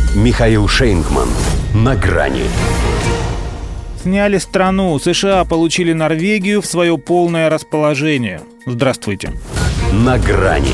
Михаил Шейнгман. На грани. Сняли страну. США получили Норвегию в свое полное расположение. Здравствуйте. На грани.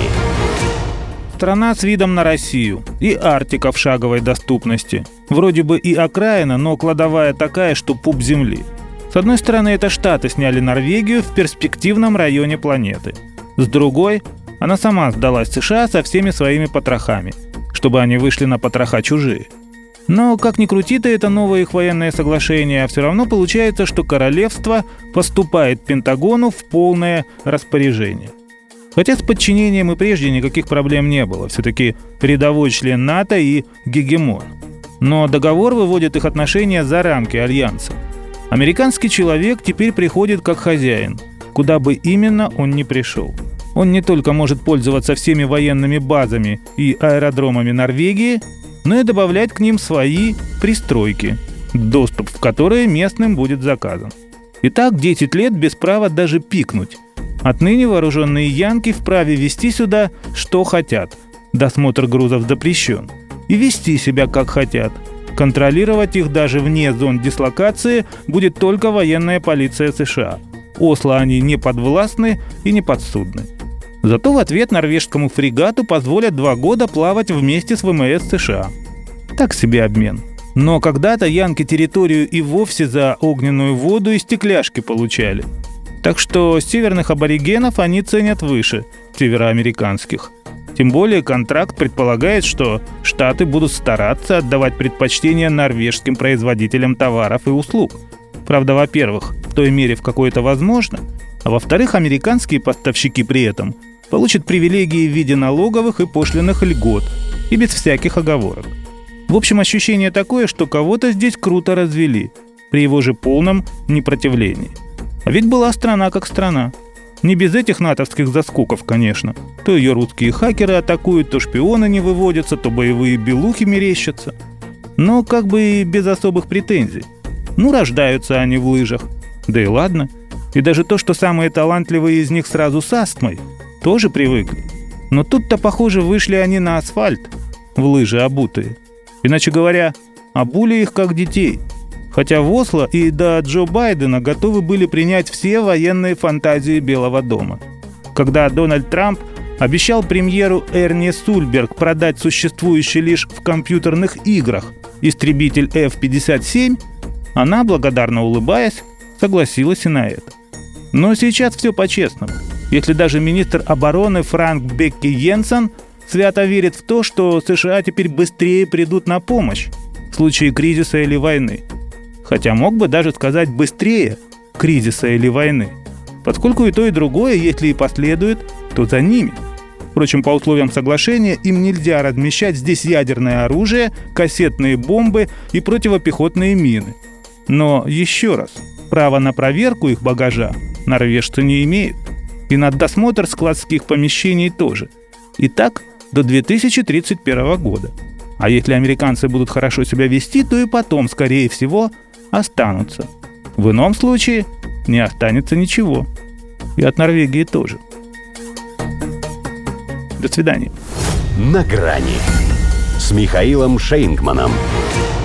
Страна с видом на Россию. И Арктика в шаговой доступности. Вроде бы и окраина, но кладовая такая, что пуп земли. С одной стороны, это Штаты сняли Норвегию в перспективном районе планеты. С другой, она сама сдалась США со всеми своими потрохами, чтобы они вышли на потроха чужие. Но, как ни крути-то, это новое их военное соглашение, а все равно получается, что королевство поступает Пентагону в полное распоряжение. Хотя с подчинением и прежде никаких проблем не было, все-таки рядовой член НАТО и гегемон. Но договор выводит их отношения за рамки альянса. Американский человек теперь приходит как хозяин, куда бы именно он ни пришел. Он не только может пользоваться всеми военными базами и аэродромами Норвегии, но и добавлять к ним свои пристройки, доступ в которые местным будет заказан. Итак, 10 лет без права даже пикнуть. Отныне вооруженные янки вправе везти сюда, что хотят. Досмотр грузов запрещен. И вести себя, как хотят. Контролировать их даже вне зон дислокации будет только военная полиция США. Осло они не подвластны и не подсудны. Зато в ответ норвежскому фрегату позволят 2 года плавать вместе с ВМС США. Так себе обмен. Но когда-то янки территорию и вовсе за огненную воду и стекляшки получали. Так что северных аборигенов они ценят выше североамериканских. Тем более контракт предполагает, что Штаты будут стараться отдавать предпочтение норвежским производителям товаров и услуг. Правда, во-первых, в той мере, в какой это возможно, а во-вторых, американские поставщики при этом получат привилегии в виде налоговых и пошлинных льгот и без всяких оговорок. В общем, ощущение такое, что кого-то здесь круто развели при его же полном непротивлении. А ведь была страна как страна. Не без этих натовских заскоков, конечно. То ее русские хакеры атакуют, то шпионы не выводятся, то боевые белухи мерещатся. Но как бы и без особых претензий. Ну, рождаются они в лыжах. Да и ладно. И даже то, что самые талантливые из них сразу с астмой, тоже привыкли. Но тут-то, похоже, вышли они на асфальт, в лыжи обутые. Иначе говоря, обули их как детей. Хотя в Осло и до Джо Байдена готовы были принять все военные фантазии Белого дома. Когда Дональд Трамп обещал премьеру Эрни Сульберг продать существующий лишь в компьютерных играх истребитель F-57, она, благодарно улыбаясь, согласилась и на это. Но сейчас все по-честному. Если даже министр обороны Франк Бекки Йенсен свято верит в то, что США теперь быстрее придут на помощь в случае кризиса или войны. Хотя мог бы даже сказать быстрее кризиса или войны, поскольку и то, и другое, если и последует, то за ними. Впрочем, по условиям соглашения им нельзя размещать здесь ядерное оружие, кассетные бомбы и противопехотные мины. Но еще раз, право на проверку их багажа норвежцы не имеют. И на досмотр складских помещений тоже. И так до 2031 года. А если американцы будут хорошо себя вести, то и потом, скорее всего, останутся. В ином случае не останется ничего. И от Норвегии тоже. До свидания. На грани с Михаилом Шейнгманом.